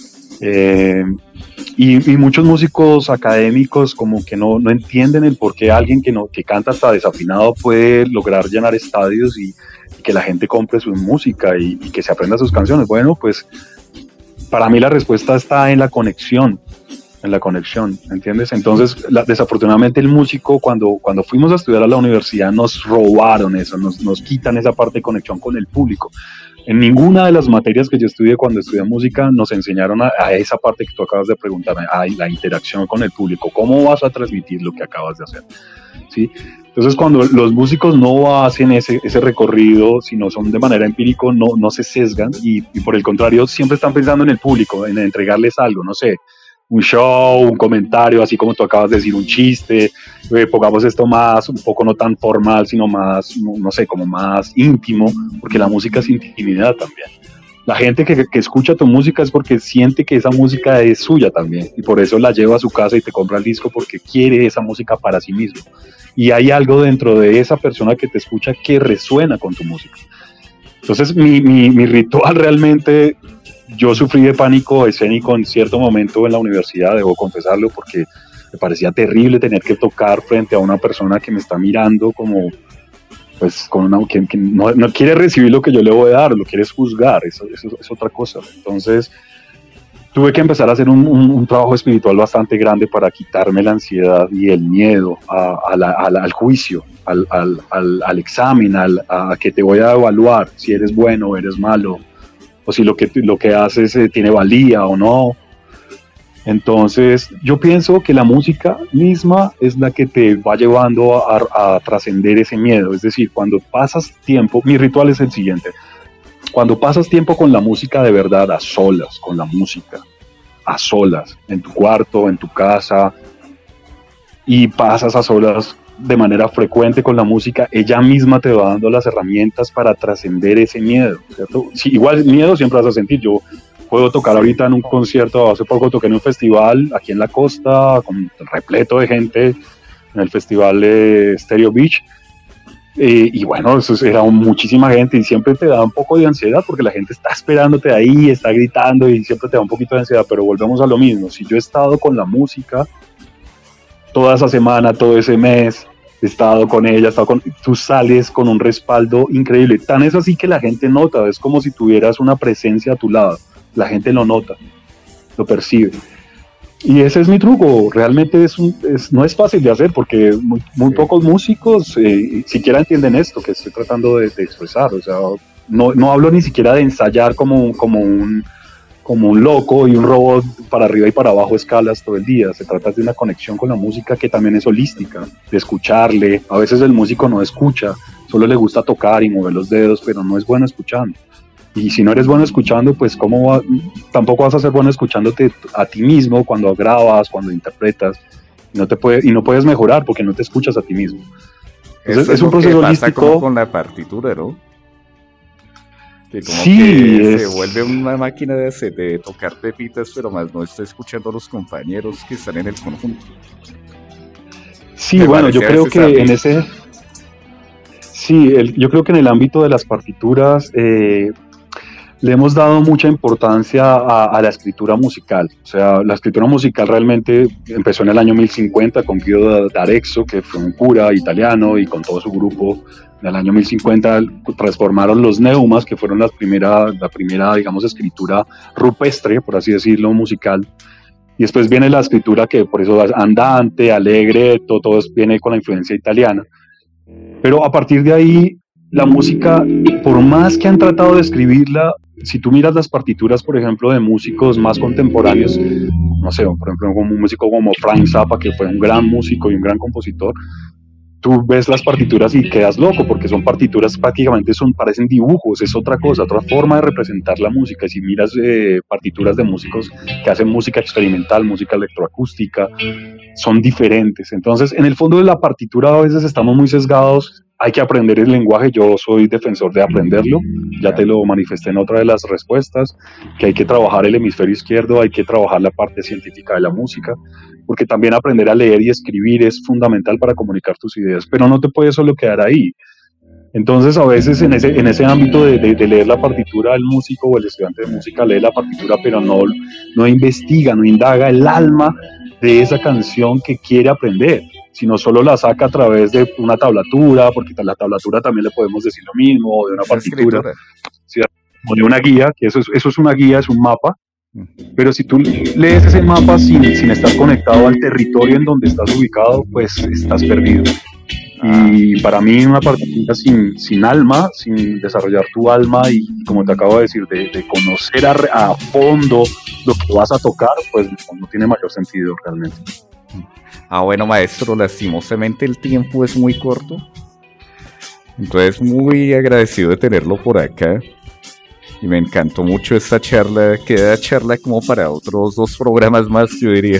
Eh, y, y muchos músicos académicos como que no, no entienden el por qué alguien que, no, que canta hasta desafinado puede lograr llenar estadios y que la gente compre su música y, y que se aprenda sus canciones. Bueno, pues para mí la respuesta está en la conexión, en la conexión, ¿entiendes? Entonces, la, desafortunadamente el músico, cuando, cuando fuimos a estudiar a la universidad, nos robaron eso, nos, nos quitan esa parte de conexión con el público. En ninguna de las materias que yo estudié cuando estudié música nos enseñaron a, a esa parte que tú acabas de preguntar, a la interacción con el público, cómo vas a transmitir lo que acabas de hacer, ¿sí? Entonces, cuando los músicos no hacen ese, ese recorrido, sino son de manera empírica, no, no se sesgan y, y por el contrario, siempre están pensando en el público, en entregarles algo, no sé, un show, un comentario, así como tú acabas de decir, un chiste, eh, pongamos esto más, un poco no tan formal, sino más, no, no sé, como más íntimo, porque la música es intimidad también. La gente que, que escucha tu música es porque siente que esa música es suya también y por eso la lleva a su casa y te compra el disco porque quiere esa música para sí mismo. Y hay algo dentro de esa persona que te escucha que resuena con tu música. Entonces mi, mi, mi ritual realmente, yo sufrí de pánico escénico en cierto momento en la universidad, debo confesarlo, porque me parecía terrible tener que tocar frente a una persona que me está mirando como, pues, con una, que, que no, no quiere recibir lo que yo le voy a dar, lo quiere juzgar, eso, eso es otra cosa. Entonces tuve que empezar a hacer un, un, un trabajo espiritual bastante grande para quitarme la ansiedad y el miedo a, a la, a la, al juicio, al, al, al, al examen, al, a que te voy a evaluar si eres bueno o eres malo, o si lo que, lo que haces eh, tiene valía o no. Entonces yo pienso que la música misma es la que te va llevando a, a, a trascender ese miedo. Es decir, cuando pasas tiempo, mi ritual es el siguiente: cuando pasas tiempo con la música de verdad, a solas, con la música, a solas, en tu cuarto, en tu casa, y pasas a solas de manera frecuente con la música, ella misma te va dando las herramientas para trascender ese miedo, ¿cierto? Sí, igual miedo siempre vas a sentir. Yo puedo tocar ahorita en un concierto, hace poco toqué en un festival aquí en la costa, con repleto de gente, en el festival de Stereo Beach, eh, y bueno, eso era muchísima gente y siempre te da un poco de ansiedad porque la gente está esperándote ahí, está gritando y siempre te da un poquito de ansiedad, pero volvemos a lo mismo. Si yo he estado con la música toda esa semana, todo ese mes, he estado con ella, he estado con, tú sales con un respaldo increíble. Tan es así que la gente nota, es como si tuvieras una presencia a tu lado. La gente lo nota, lo percibe. Y ese es mi truco. Realmente es un, es, no es fácil de hacer porque muy, muy sí. pocos músicos eh, siquiera entienden esto que estoy tratando de, de expresar. O sea, no, no hablo ni siquiera de ensayar como, como un... como un loco y un robot para arriba y para abajo escalas todo el día. Se trata de una conexión con la música que también es holística, de escucharle. A veces el músico no escucha, solo le gusta tocar y mover los dedos, pero no es bueno escuchando. Y si no eres bueno escuchando, pues cómo va, tampoco vas a ser bueno escuchándote a ti mismo cuando grabas, cuando interpretas. no te puede, y no puedes mejorar porque no te escuchas a ti mismo. Entonces, Eso es un lo que proceso pasa holístico. como con la partitura, ¿no? Que como Sí, que se es- vuelve una máquina de, hacer- de tocar pepitas, pero más no está escuchando a los compañeros que están en el conjunto. Sí, Me bueno, yo parece a creo veces a que en mí. ese, sí, el- yo creo que en el ámbito de las partituras eh, le hemos dado mucha importancia a, a la escritura musical. O sea, la escritura musical realmente empezó en el año mil cincuenta con Guido d'Arezzo, que fue un cura italiano, y con todo su grupo. En el año mil cincuenta transformaron los neumas, que fueron las primera, la primera, digamos, escritura rupestre, por así decirlo, musical. Y después viene la escritura que por eso es andante, alegre, todo, todo viene con la influencia italiana. Pero a partir de ahí, la música, por más que han tratado de escribirla, si tú miras las partituras, por ejemplo, de músicos más contemporáneos, no sé, por ejemplo, como un músico como Frank Zappa, que fue un gran músico y un gran compositor, tú ves las partituras y quedas loco, porque son partituras prácticamente, son, parecen dibujos, es otra cosa, otra forma de representar la música. Si miras eh, partituras de músicos que hacen música experimental, música electroacústica, son diferentes. Entonces, en el fondo de la partitura a veces estamos muy sesgados, hay que aprender el lenguaje, yo soy defensor de aprenderlo, ya te lo manifesté en otra de las respuestas, que hay que trabajar el hemisferio izquierdo, hay que trabajar la parte científica de la música, porque también aprender a leer y escribir es fundamental para comunicar tus ideas, pero no te puedes solo quedar ahí. Entonces, a veces en ese, en ese ámbito de, de, de leer la partitura, el músico o el estudiante de música lee la partitura, pero no, no investiga, no indaga el alma de esa canción que quiere aprender, sino solo la saca a través de una tablatura, porque a la tablatura también le podemos decir lo mismo, o de una Es partitura, escritura. ¿sí? O de una guía, que eso es, eso es una guía, es un mapa. Pero si tú lees ese mapa sin, sin estar conectado al territorio en donde estás ubicado, pues estás perdido. Y para mí una partitura sin, sin alma, sin desarrollar tu alma y, como te acabo de decir, de, de conocer a, a fondo lo que vas a tocar, pues no, no tiene mayor sentido realmente. Ah, bueno, maestro, lastimosamente el tiempo es muy corto. Entonces, muy agradecido de tenerlo por acá. Y me encantó mucho esta charla. Queda charla como para otros dos programas más, yo diría.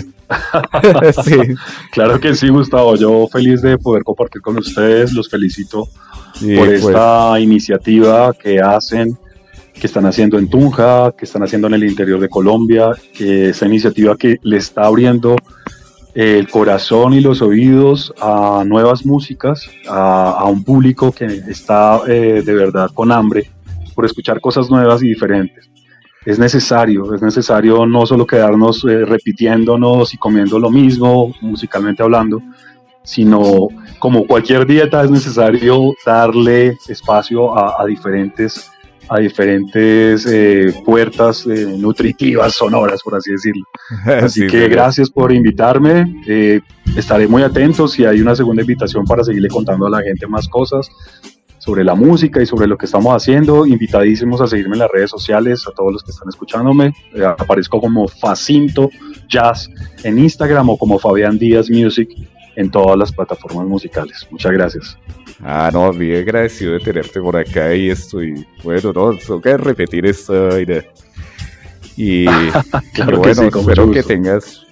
Sí. Claro que sí, Gustavo. Yo feliz de poder compartir con ustedes. Los felicito Sí, por pues, esta iniciativa que hacen, que están haciendo en Tunja, que están haciendo en el interior de Colombia, que esa iniciativa que le está abriendo el corazón y los oídos a nuevas músicas, a, a un público que está eh, de verdad con hambre por escuchar cosas nuevas y diferentes. Es necesario, es necesario no solo quedarnos eh, repitiéndonos y comiendo lo mismo, musicalmente hablando, sino como cualquier dieta es necesario darle espacio a, a diferentes, a diferentes eh, puertas eh, nutritivas, sonoras, por así decirlo. Así sí, que señor. gracias por invitarme, eh, estaré muy atento si hay una segunda invitación para seguirle contando a la gente más cosas sobre la música y sobre lo que estamos haciendo. Invitadísimos a seguirme en las redes sociales, a todos los que están escuchándome. Eh, aparezco como Facinto Jazz en Instagram o como Fabián Díaz Music en todas las plataformas musicales. Muchas gracias. Ah, no, bien agradecido de tenerte por acá y estoy, bueno, no, tengo que repetir esta vaina. Y, Claro y que bueno, sí, con espero mucho que gusto. tengas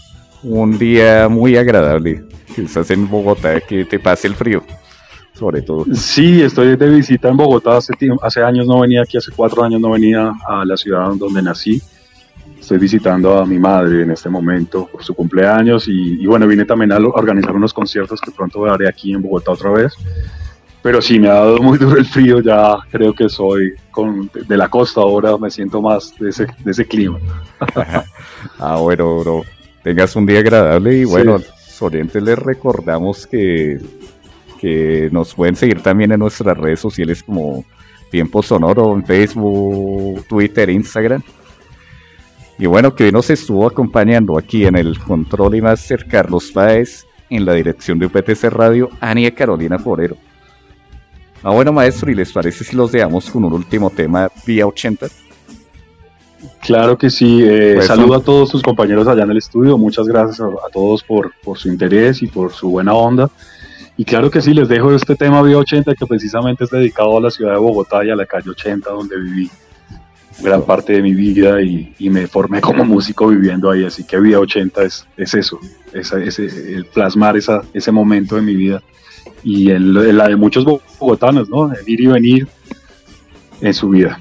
un día muy agradable. Que estás en Bogotá, que te pase el frío, sobre todo. Sí, estoy de visita en Bogotá. Hace, tiempo- hace años no venía aquí, hace cuatro años no venía a la ciudad donde nací. Estoy visitando a mi madre en este momento por su cumpleaños y, y bueno, vine también a lo- a organizar unos conciertos que pronto haré aquí en Bogotá otra vez. Pero sí, me ha dado muy duro el frío, ya creo que soy con, de, de la costa ahora, me siento más de ese, de ese clima. Ah, bueno, bro, tengas un día agradable y Sí. bueno, Oriente les recordamos que, que nos pueden seguir también en nuestras redes sociales como Tiempo Sonoro, en Facebook, Twitter, Instagram. Y bueno, que hoy nos estuvo acompañando aquí en el Control y Master Carlos Páez, en la dirección de U P T C Radio, Ania Carolina Forero. Ah, bueno, maestro, ¿y les parece si los dejamos con un último tema vía ochenta? Claro que sí, eh, Pues, saludo son- a todos tus compañeros allá en el estudio, muchas gracias a, a todos por, por su interés y por su buena onda. Y claro que sí, les dejo este tema Vía ochenta que precisamente es dedicado a la ciudad de Bogotá y a la calle ochenta donde viví. gran parte de mi vida y, y me formé como músico viviendo ahí, así que Vida ochenta es, es eso, esa, ese, el plasmar esa, ese momento de mi vida y el, la de muchos bogotanos, ¿no? El ir y venir en su vida.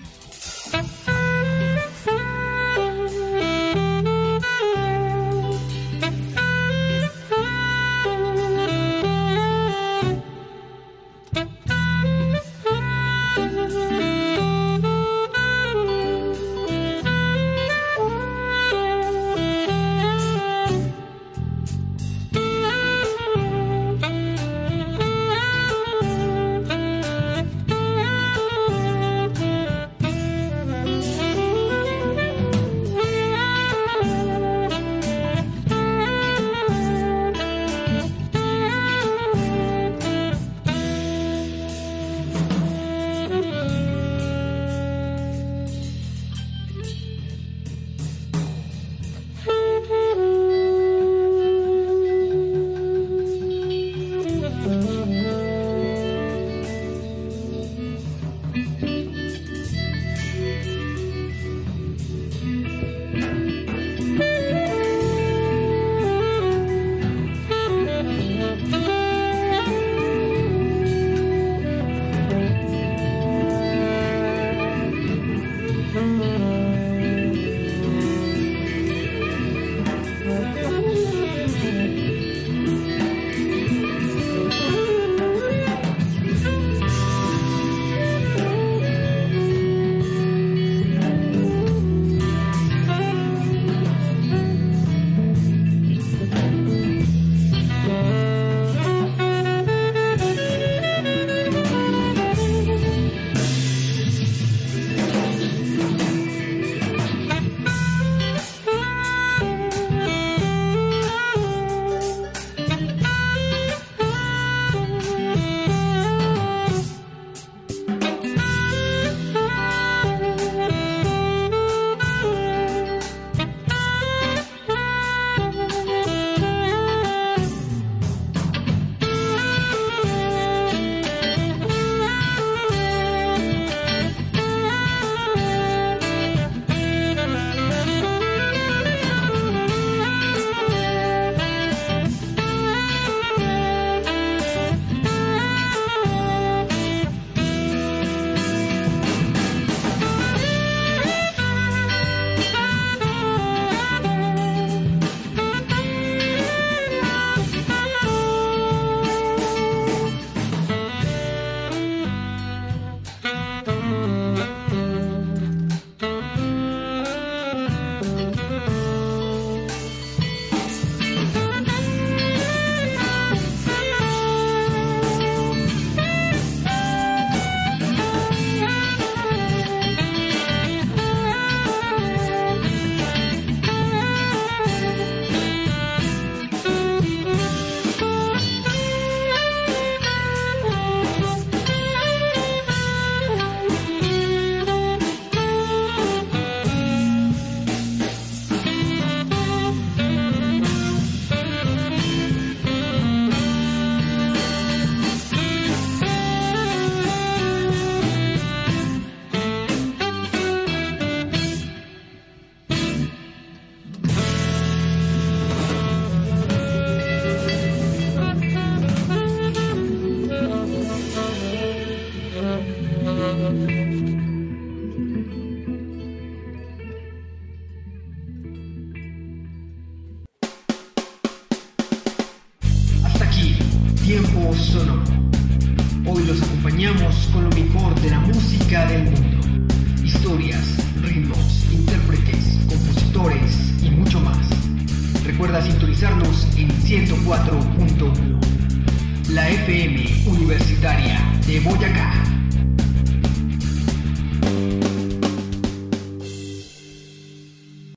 Tiempo Sonoro. Hoy los acompañamos con lo mejor de la música del mundo. Historias, ritmos, intérpretes, compositores y mucho más. Recuerda sintonizarnos en ciento cuatro punto uno. La F M Universitaria de Boyacá.